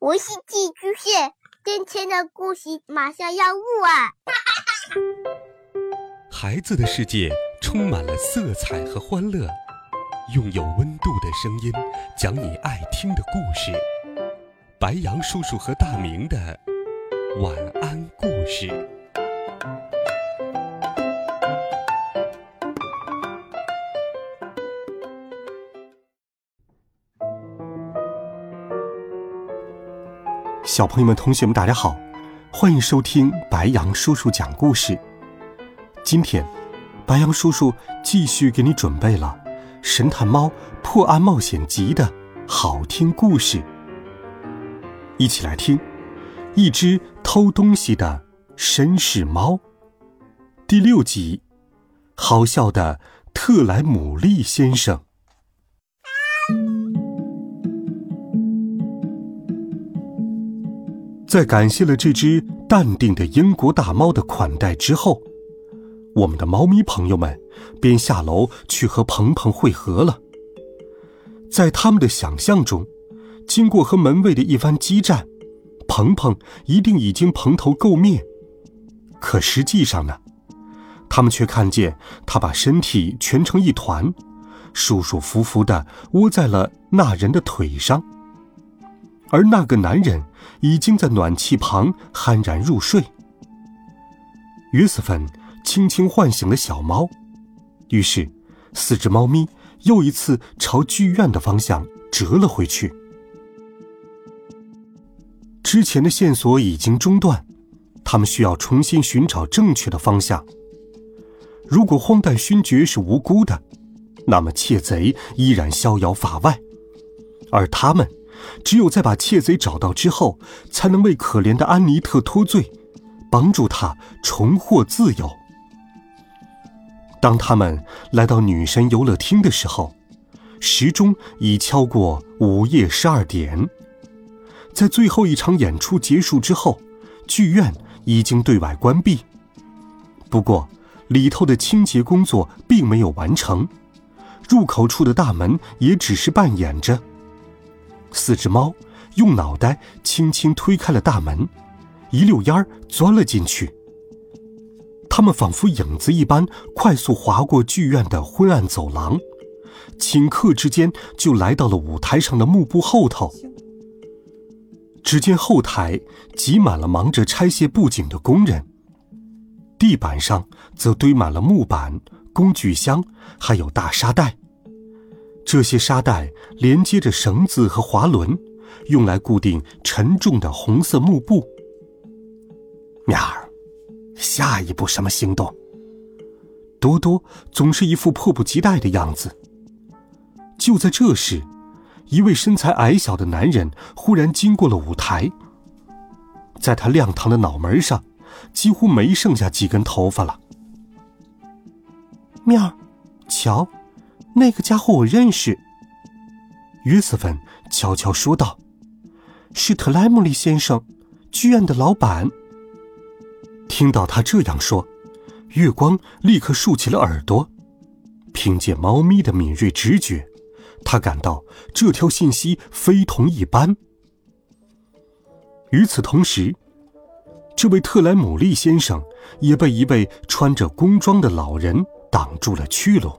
我是寄居蟹，今天的故事马上要录啊！ 孩子的世界充满了色彩和欢乐，用有温度的声音讲你爱听的故事。白杨叔叔和大明的晚安故事。 小朋友们、同学们，大家好，欢迎收听白杨叔叔讲故事。今天，白杨叔叔继续给你准备了《神探猫破案冒险集》的好听故事，一起来听一只偷东西的绅士猫第6集，好笑的特莱姆利先生。在感谢了这只淡定的英国大猫的款待之后，我们的猫咪朋友们便下楼去和鹏鹏会合了。在他们的想象中，经过和门卫的一番激战，鹏鹏一定已经蓬头垢面。可实际上呢，他们却看见他把身体蜷成一团，舒舒服服地窝在了那人的腿上。而那个男人已经在暖气旁酣然入睡。约瑟芬轻轻唤醒了小猫，于是4只猫咪又一次朝剧院的方向折了回去。之前的线索已经中断，他们需要重新寻找正确的方向。如果荒诞勋爵是无辜的，那么窃贼依然逍遥法外，而他们只有在把窃贼找到之后，才能为可怜的安妮特脱罪，帮助她重获自由。当他们来到女神游乐厅的时候，时钟已敲过午夜12点。在最后一场演出结束之后，剧院已经对外关闭。不过，里头的清洁工作并没有完成，入口处的大门也只是半掩着。4只猫用脑袋轻轻推开了大门，一溜烟儿钻了进去。它们仿佛影子一般快速划过剧院的昏暗走廊，顷刻之间就来到了舞台上的幕布后头。只见后台挤满了忙着拆卸布景的工人，地板上则堆满了木板、工具箱，还有大沙袋。这些沙袋连接着绳子和滑轮，用来固定沉重的红色幕布。喵儿，下一步什么行动？多多总是一副迫不及待的样子。就在这时，一位身材矮小的男人忽然经过了舞台，在他亮堂的脑门上几乎没剩下几根头发了。喵儿，瞧，那个家伙我认识。约瑟芬悄悄说道，是特莱姆利先生，剧院的老板。听到他这样说，月光立刻竖起了耳朵。凭借猫咪的敏锐直觉，他感到这条信息非同一般。与此同时，这位特莱姆利先生也被一位穿着工装的老人挡住了去路。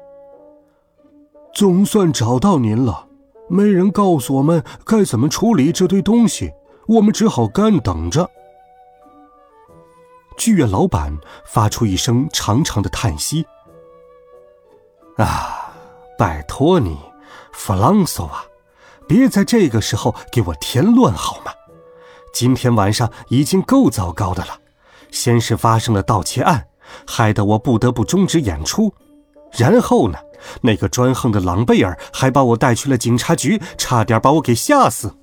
总算找到您了，没人告诉我们该怎么处理这堆东西，我们只好干等着。剧院老板发出一声长长的叹息。拜托你，弗朗索瓦，别在这个时候给我添乱好吗？今天晚上已经够糟糕的了，先是发生了盗窃案，害得我不得不终止演出，然后呢，那个专横的朗贝尔还把我带去了警察局，差点把我给吓死。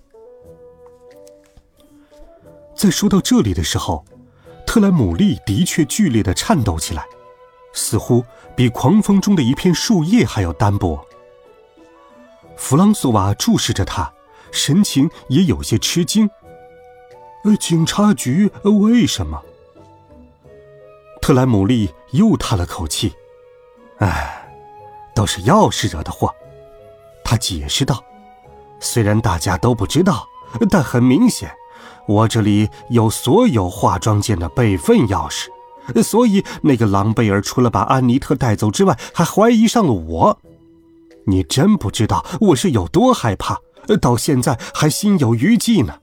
在说到这里的时候，特莱姆利的确剧烈地颤抖起来，似乎比狂风中的一片树叶还要单薄。弗朗索瓦注视着他，神情也有些吃惊。警察局为什么？特莱姆利又叹了口气。都是钥匙惹的祸。他解释道，虽然大家都不知道， 但很明显，我这里有所有化妆间的备份钥匙，所以那个狼贝尔除了把安妮特带走之外，还怀疑上了我。你真不知道我是有多害怕，到现在还心有余悸呢。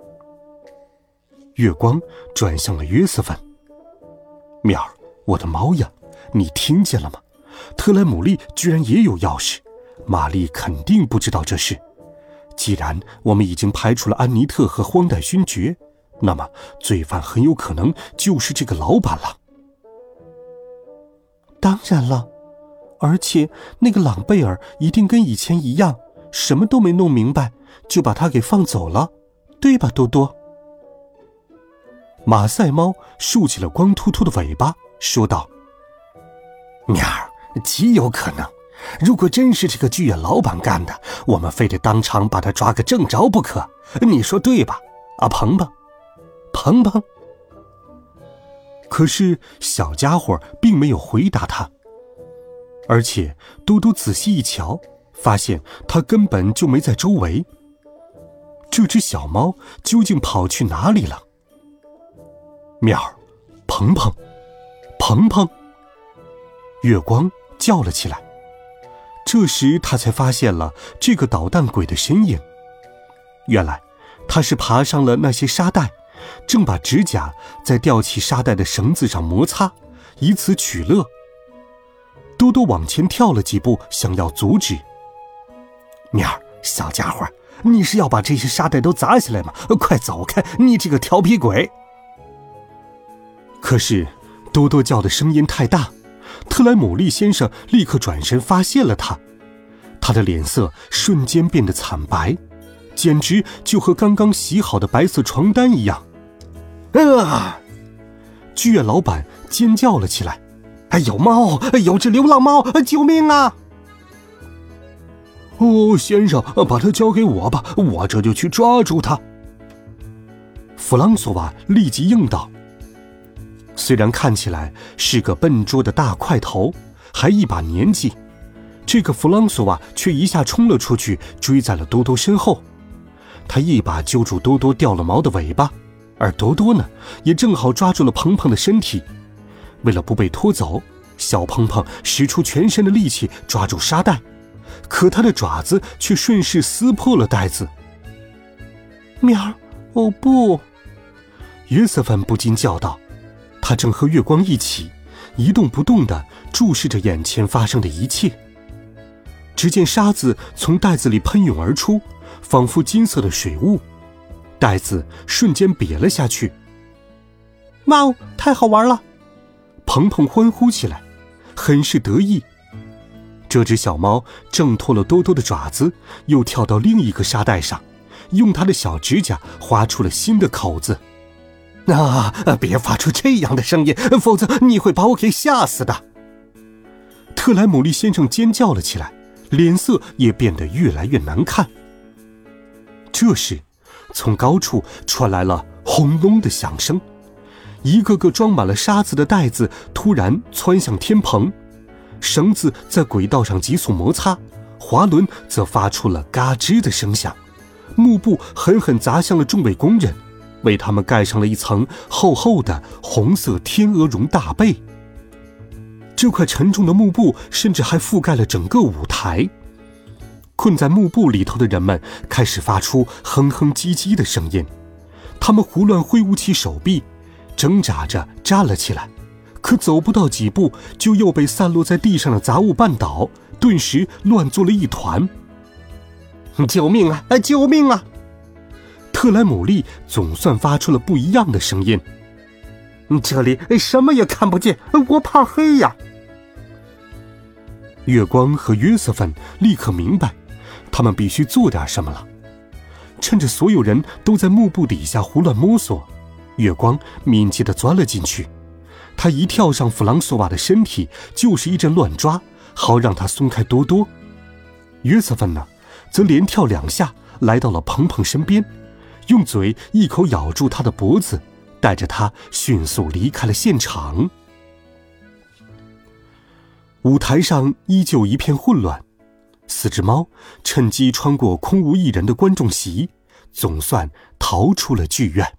月光转向了约瑟芬。喵儿，我的猫呀，你听见了吗？特莱姆利居然也有钥匙，玛丽肯定不知道这事。既然我们已经排除了安妮特和荒诞勋爵，那么罪犯很有可能就是这个老板了。当然了，而且那个朗贝尔一定跟以前一样，什么都没弄明白，就把他给放走了，对吧，多多？马赛猫竖起了光秃秃的尾巴，说道：喵儿，极有可能。如果真是这个剧院老板干的，我们非得当场把他抓个正着不可，你说对吧？啊，鹏鹏，鹏鹏。可是小家伙并没有回答他，而且多多仔细一瞧，发现他根本就没在周围。这只小猫究竟跑去哪里了？喵儿，鹏鹏，鹏鹏！月光叫了起来。这时他才发现了这个捣蛋鬼的身影，原来他是爬上了那些沙袋，正把指甲在吊起沙袋的绳子上摩擦，以此取乐。多多往前跳了几步，想要阻止。喵儿，小家伙，你是要把这些沙袋都砸下来吗？快走开，你这个调皮鬼！可是多多叫的声音太大，特莱姆利先生立刻转身发现了他，他的脸色瞬间变得惨白，简直就和刚刚洗好的白色床单一样。剧院老板尖叫了起来：有猫，有只流浪猫，救命啊！哦，先生，把它交给我吧，我这就去抓住它。弗朗索瓦立即应道。虽然看起来是个笨拙的大块头，还一把年纪，这个弗朗索瓦却一下冲了出去，追在了多多身后。他一把揪住多多掉了毛的尾巴，而多多呢，也正好抓住了鹏鹏的身体。为了不被拖走，小鹏鹏使出全身的力气抓住沙袋，可他的爪子却顺势撕破了袋子。喵儿，哦不！约瑟芬不禁叫道。他正和月光一起一动不动地注视着眼前发生的一切。只见沙子从袋子里喷涌而出，仿佛金色的水雾，袋子瞬间瘪了下去。哇哦，太好玩了！鹏鹏欢呼起来，很是得意。这只小猫挣脱了多多的爪子，又跳到另一个沙袋上，用它的小指甲划出了新的口子。别发出这样的声音，否则你会把我给吓死的！特莱姆利先生尖叫了起来，脸色也变得越来越难看。这时，从高处传来了轰隆的响声，一个个装满了沙子的袋子突然窜向天棚，绳子在轨道上急速摩擦，滑轮则发出了嘎吱的声响，幕布狠狠砸向了众位工人，为他们盖上了一层厚厚的红色天鹅绒大被。这块沉重的幕布甚至还覆盖了整个舞台。困在幕布里头的人们开始发出哼哼唧唧的声音，他们胡乱挥舞起手臂，挣扎着站了起来，可走不到几步，就又被散落在地上的杂物绊倒，顿时乱作了一团。救命啊！救命啊！特莱姆利总算发出了不一样的声音。这里什么也看不见，我怕黑呀！月光和约瑟芬立刻明白，他们必须做点什么了。趁着所有人都在幕布底下胡乱摸索，月光敏捷地钻了进去。他一跳上弗朗索瓦的身体，就是一阵乱抓，好让他松开多多。约瑟芬呢，则连跳2下来到了鹏鹏身边，用嘴一口咬住他的脖子，带着他迅速离开了现场。舞台上依旧一片混乱，4只猫趁机穿过空无一人的观众席， 总算逃出了剧院。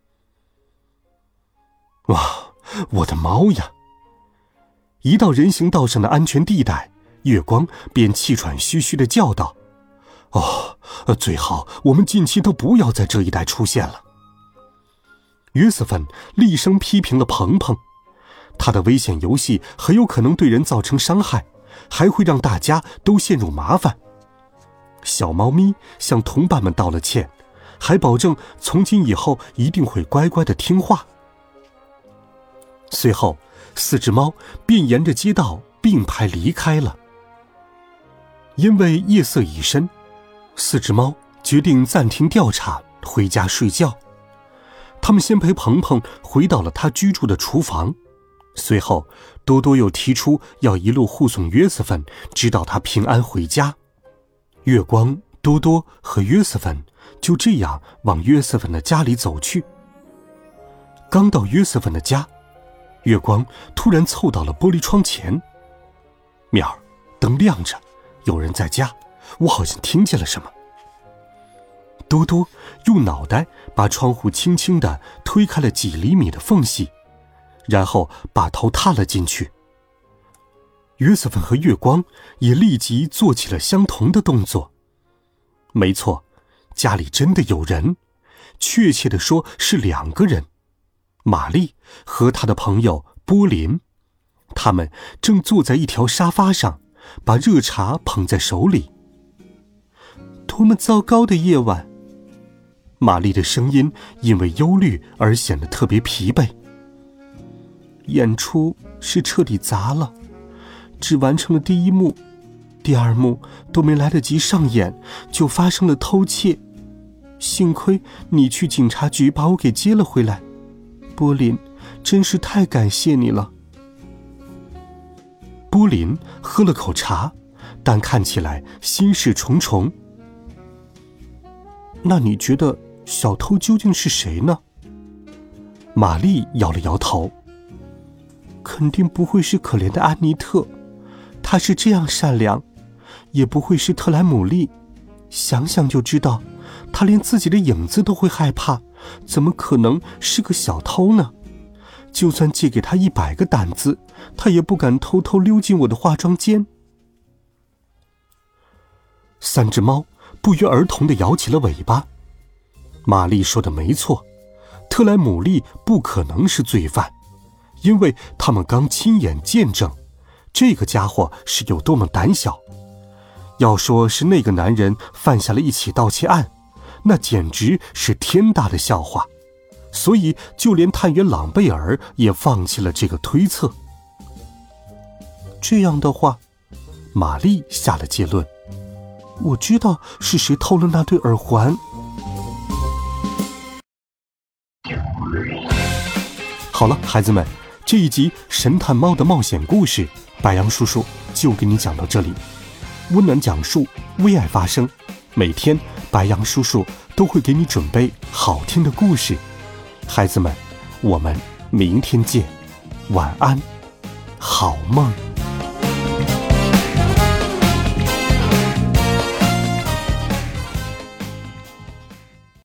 哇，我的猫呀！一到人行道上的安全地带，月光便气喘吁吁地叫道：哦，最好我们近期都不要在这一带出现了。约瑟芬厉声批评了鹏鹏，他的危险游戏很有可能对人造成伤害，还会让大家都陷入麻烦。小猫咪向同伴们道了歉，还保证从今以后一定会乖乖地听话。随后4只猫便沿着街道并排离开了。因为夜色已深，4只猫决定暂停调查，回家睡觉。他们先陪鹏鹏回到了他居住的厨房，随后多多又提出要一路护送约瑟芬直到他平安回家。月光、多多和约瑟芬就这样往约瑟芬的家里走去。刚到约瑟芬的家，月光突然凑到了玻璃窗前。喵儿，灯亮着，有人在家，我好像听见了什么。多多用脑袋把窗户轻轻地推开了几厘米的缝隙，然后把头探了进去。约瑟芬和月光也立即做起了相同的动作。没错，家里真的有人，确切地说是2个人，玛丽和她的朋友波林。他们正坐在一条沙发上，把热茶捧在手里。多么糟糕的夜晚！玛丽的声音因为忧虑而显得特别疲惫。演出是彻底砸了，只完成了第1幕，第2幕都没来得及上演，就发生了偷窃。幸亏你去警察局把我给接了回来，波林，真是太感谢你了。波林喝了口茶，但看起来心事重重。那你觉得小偷究竟是谁呢？玛丽摇了摇头。肯定不会是可怜的安妮特，她是这样善良。也不会是特莱姆利，想想就知道，她连自己的影子都会害怕，怎么可能是个小偷呢？就算借给她100个胆子，她也不敢偷偷溜进我的化妆间。3只猫不约而同地摇起了尾巴。玛丽说的没错，特莱姆利不可能是罪犯，因为他们刚亲眼见证这个家伙是有多么胆小。要说是那个男人犯下了一起盗窃案，那简直是天大的笑话，所以就连探员朗贝尔也放弃了这个推测。这样的话，玛丽下了结论，我知道是谁偷了那对耳环。好了，孩子们，这一集神探猫的冒险故事，白羊叔叔就给你讲到这里。温暖讲述，为爱发声，每天白羊叔叔都会给你准备好听的故事。孩子们，我们明天见，晚安，好梦。